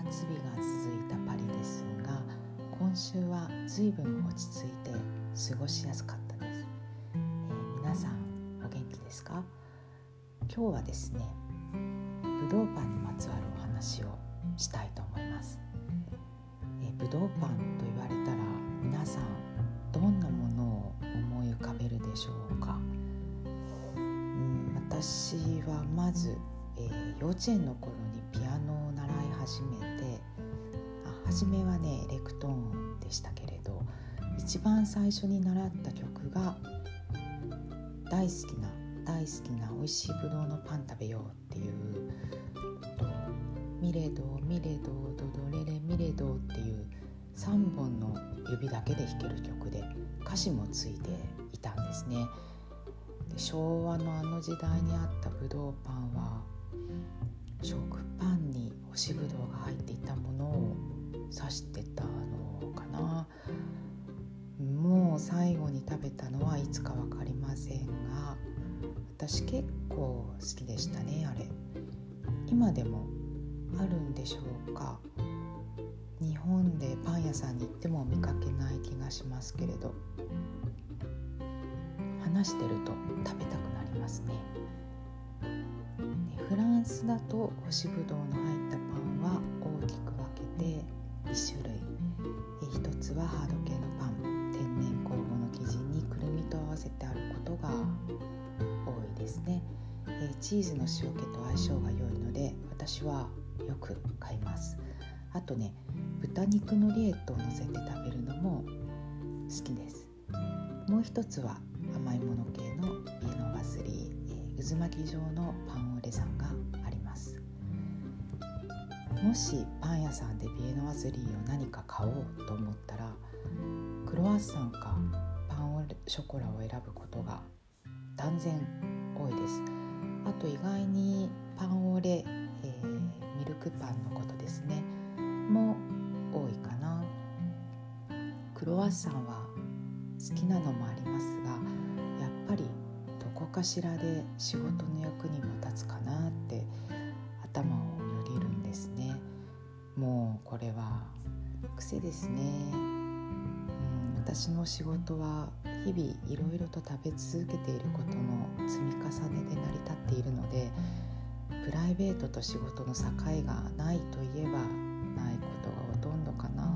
夏日が続いたパリですが、今週は随分落ち着いて過ごしやすかったです。皆さんお元気ですか？今日はですね、ぶどうパンにまつわるお話をしたいと思います。ぶどうパンと言われたら皆さんどんなものを思い浮かべるでしょうか？私はまず、幼稚園の頃にピアノを習い始めて、初めはねエレクトーンでしたけれど、一番最初に習った曲が大好きな美味しいぶどうのパン食べようっていうミレドミレドドドレレミレドっていう3本の指だけで弾ける曲で、歌詞もついていたんですね。で、昭和のあの時代にあったぶどうパンは食パンに干しぶどうが入っていたものを指してたのかな。もう最後に食べたのはいつか分かりませんが、私結構好きでしたね。あれ今でもあるんでしょうか？日本でパン屋さんに行っても見かけない気がしますけれど、話してると食べたくなりますね。フランスだと干しぶどうの入ったパンは大きく分けて2種類。一つはハード系のパン、天然酵母の生地にくるみと合わせてあることが多いですね。チーズの塩気と相性が良いので私はよく買います。あとね、豚肉のリエットを乗せて食べるのも好きです。もう一つは甘いもの系のビエノワズリー、渦巻き状のパンオレザンがあります。もしパン屋さんでビエノワズリーを何か買おうと思ったら、クロワッサンかパンショコラを選ぶことが断然多いです。あと意外にパンオレ、ミルクパンのことですねも多いかな。クロワッサンは好きなのもありますが、やっぱりどこかしらで仕事の役にも立つかなって頭をよぎるんですね。もうこれは癖ですね。私の仕事は日々いろいろと食べ続けていることの積み重ねで成り立っているので、プライベートと仕事の境がないといえばないことがほとんどかな。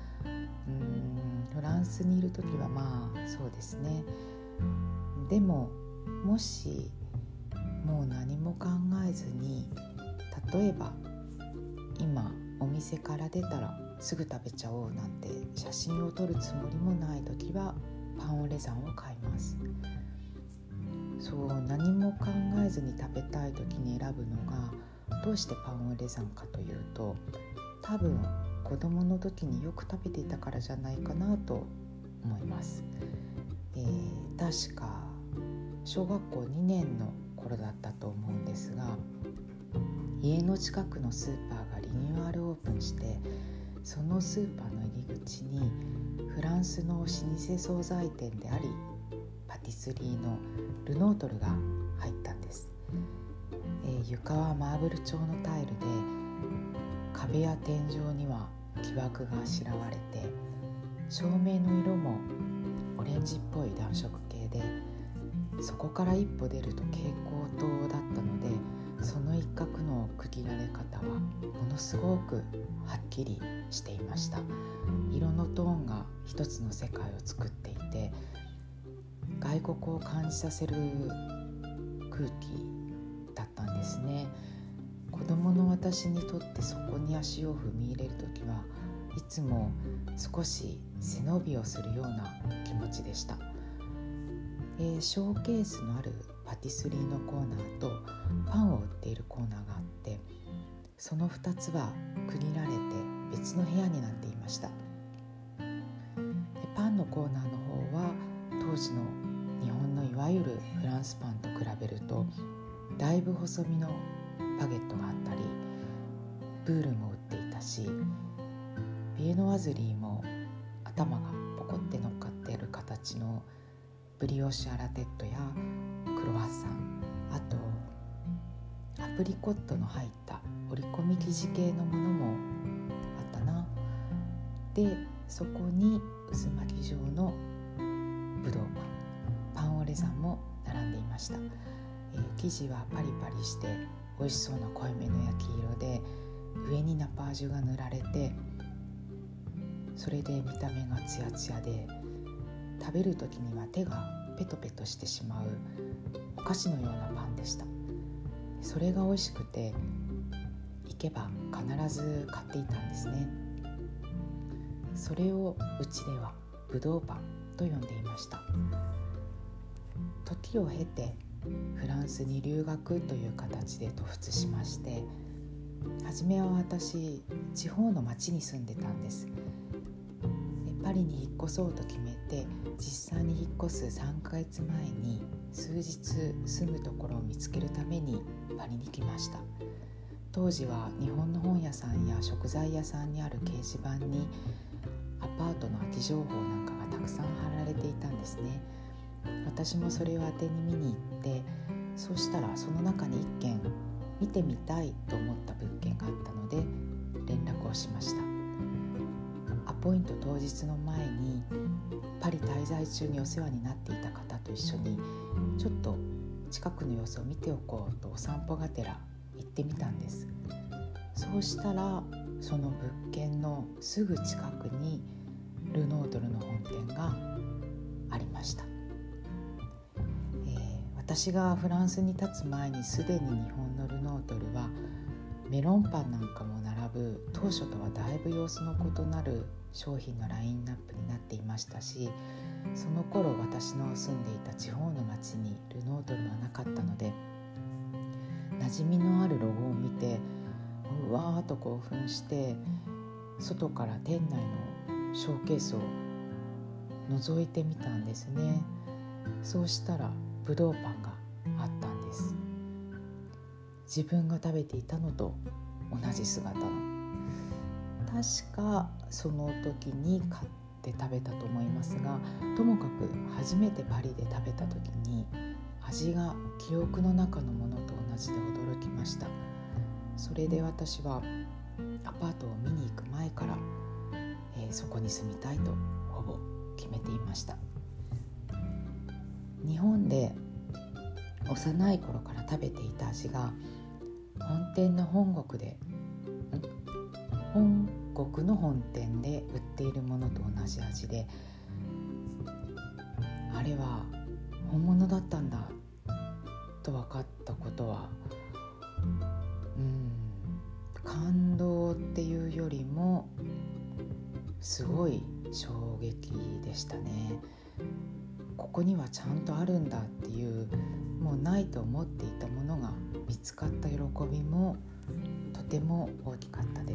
フランスにいるときはまあそうですね。でももしもう何も考えずに、例えば今お店から出たらすぐ食べちゃおうなんて写真を撮るつもりもないときはパンオレザンを買います。そう何も考えずに食べたいときに選ぶのがどうしてパンオレザンかというと、多分子供の時によく食べていたからじゃないかなと思います。確か小学校2年の頃だったと思うんですが、家の近くのスーパーがリニューアルオープンして、そのスーパーの入り口にフランスの老舗惣菜店でありパティスリーのルノートルが入ったんです。床はマーブル調のタイルで、壁や天井には木枠があしらわれて、照明の色もオレンジっぽい暖色系で、そこから一歩出ると蛍光灯だったので、その一角の区切られ方はものすごくはっきりしていました。色のトーンが一つの世界を作っていて、外国を感じさせる空気だったんですね。子供の私にとってそこに足を踏み入れるときはいつも少し背伸びをするような気持ちでした。ショーケースのあるパティスリーのコーナーとパンを売っているコーナーがあって、その2つは区切られて別の部屋になっていました。パンのコーナーの方は当時の日本のいわゆるフランスパンと比べるとだいぶ細身のバゲットがあったり、ブールも売っていたし、ビエノワズリーも頭がポコって乗っかっている形のブリオッシュアラテッドやクロワッサン、あとアプリコットの入った折り込み生地系のものもでそこに渦巻き状のぶどうパンオレザンも並んでいました。生地はパリパリして美味しそうな濃いめの焼き色で、上にナパージュが塗られて、それで見た目がツヤツヤで、食べる時には手がペトペトしてしまうお菓子のようなパンでした。それが美味しくて、行けば必ず買っていたんですね。それをうちではぶどうパンと呼んでいました。時を経てフランスに留学という形で渡仏しまして、初めは私、地方の町に住んでたんです。パリに引っ越そうと決めて、実際に引っ越す3ヶ月前に数日住むところを見つけるためにパリに来ました。当時は日本の本屋さんや食材屋さんにある掲示板にアパートの空き情報なんかがたくさん貼られていたんですね。私もそれを当てに見に行って、そうしたらその中に1軒見てみたいと思った物件があったので連絡をしました。アポイント当日の前にパリ滞在中にお世話になっていた方と一緒にちょっと近くの様子を見ておこうとお散歩がてら行ってみたんです。そうしたらその物件のすぐ近くにルノートルの本店がありました。私がフランスに立つ前にすでに日本のルノートルはメロンパンなんかも並ぶ当初とはだいぶ様子の異なる商品のラインナップになっていましたし、その頃私の住んでいた地方の町にルノートルはなかったので、馴染みのあるロゴを見てうわーっと興奮して、外から店内のショーケースを覗いてみたんですね。そうしたらぶどうパンがあったんです。自分が食べていたのと同じ姿の。確かその時に買って食べたと思いますが、ともかく初めてパリで食べた時に味が記憶の中のものと同じで驚きました。それで私はアパートを見に行く前から、そこに住みたいとほぼ決めていました。日本で幼い頃から食べていた味が本店の本国の本店で売っているものと同じ味で、あれは本物だったんだと分かったことは、感動っていうよりもすごい衝撃でしたね。ここにはちゃんとあるんだっていう、もうないと思っていたものが見つかった喜びもとても大きかったです。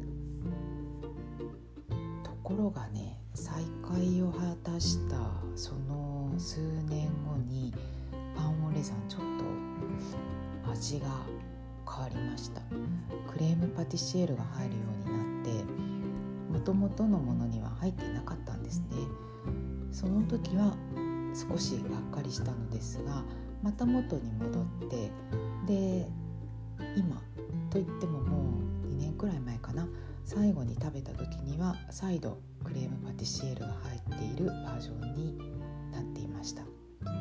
ところがね、再会を果たしたその数年後にパンオレザンちょっと味が変わりました。クレームパティシエールが入るようになって、元々のものには入っていなかったんですね。その時は少しがっかりしたのですが、また元に戻って、で今といってももう2年くらい前かな、最後に食べた時には再度クレームパティシエールが入っているバージョンになっていました。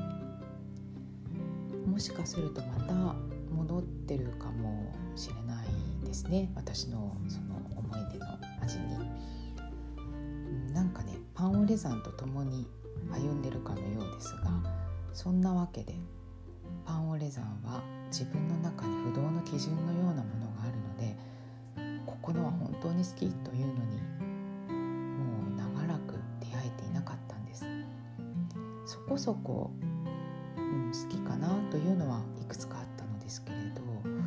もしかするとまた戻ってるかもしれないですね、私のその思い出の味に。なんかね、パンオレザンと共に歩んでるかのようですが、そんなわけでパンオレザンは自分の中に不動の基準のようなものがあるので、ここのは本当に好きというのにもう長らく出会えていなかったんです。そこそこ、好きかなというのはいくつかあったのですけれど、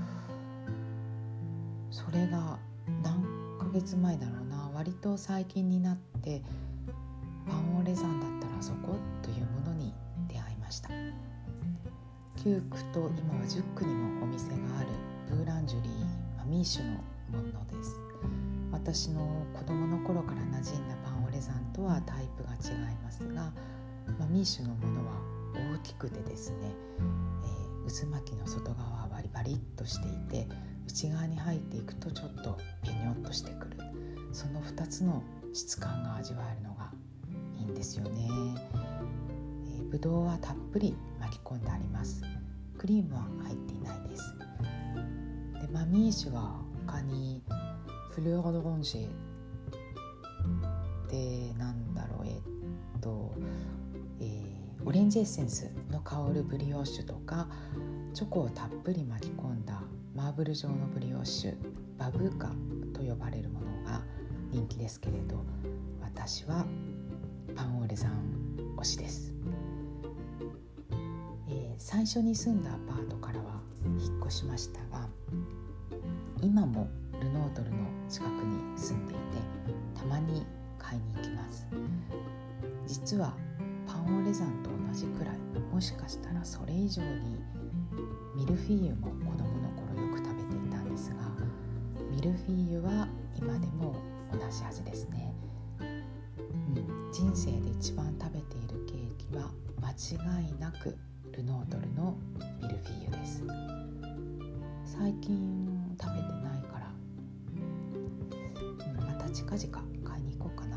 それが何ヶ月前だろうな、割と最近になってパンオレザンだったらそこというものに出会いました。9区と今は10区にもお店があるブーランジュリーマミーシュのものです。私の子供の頃から馴染んだパンオレザンとはタイプが違いますが、マミーシュのものは大きくてですね、渦巻きの外側はバリバリっとしていて、内側に入っていくとちょっとペニョっとしてくる、その2つの質感が味わえるのがいいんですよね。ぶどうはたっぷり巻き込んであります。クリームは入っていないです。でマミー酒は他にフルール・ド・ロンジェでオレンジエッセンスの香るブリオッシュとか、チョコをたっぷり巻き込んだマーブル状のブリオッシュ、バブーカと呼ばれるものが人気ですけれど、私はパンオーレザン推しです。最初に住んだアパートからは引っ越しましたが、今もルノートルの近くに住んでいて、たまに買いに行きます。実はパンオーレザンと同じくらい、もしかしたらそれ以上にミルフィーユも子供の頃よく食べていたんですが、ミルフィーユは今でも同じ味ですね。人生で一番食べているケーキは間違いなくルノートルのミルフィーユです。最近食べてないから、また近々買いに行こうかな。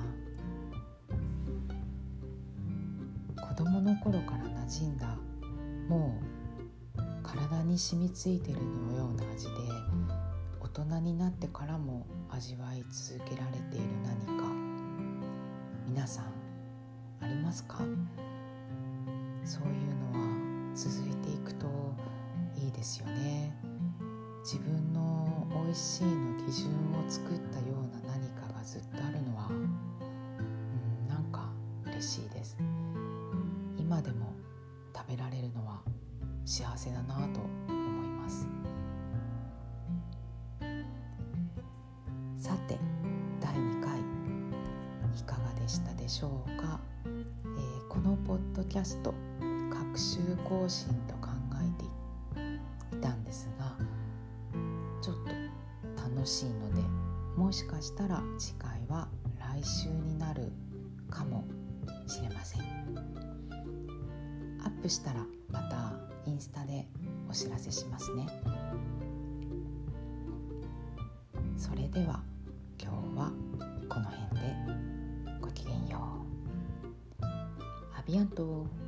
子供の頃から馴染んだ、もう体に染みついているのような味で、大人になってからも味わい続けられている何か、皆さんありますか？そういうのは続いていくといいですよね。自分の美味しいの基準を作ったような何かがずっとあるのは、なんか嬉しいです。今でも食べられるのは幸せだなと思います。さて、第2回いかがでしたでしょうか。このポッドキャスト、各週更新と考えていたんですが、ちょっと楽しいので、もしかしたら次回は来週になるかもしれません。アップしたらまたインスタでお知らせしますね。それでは今日はこの辺でごきげんよう。アビアント。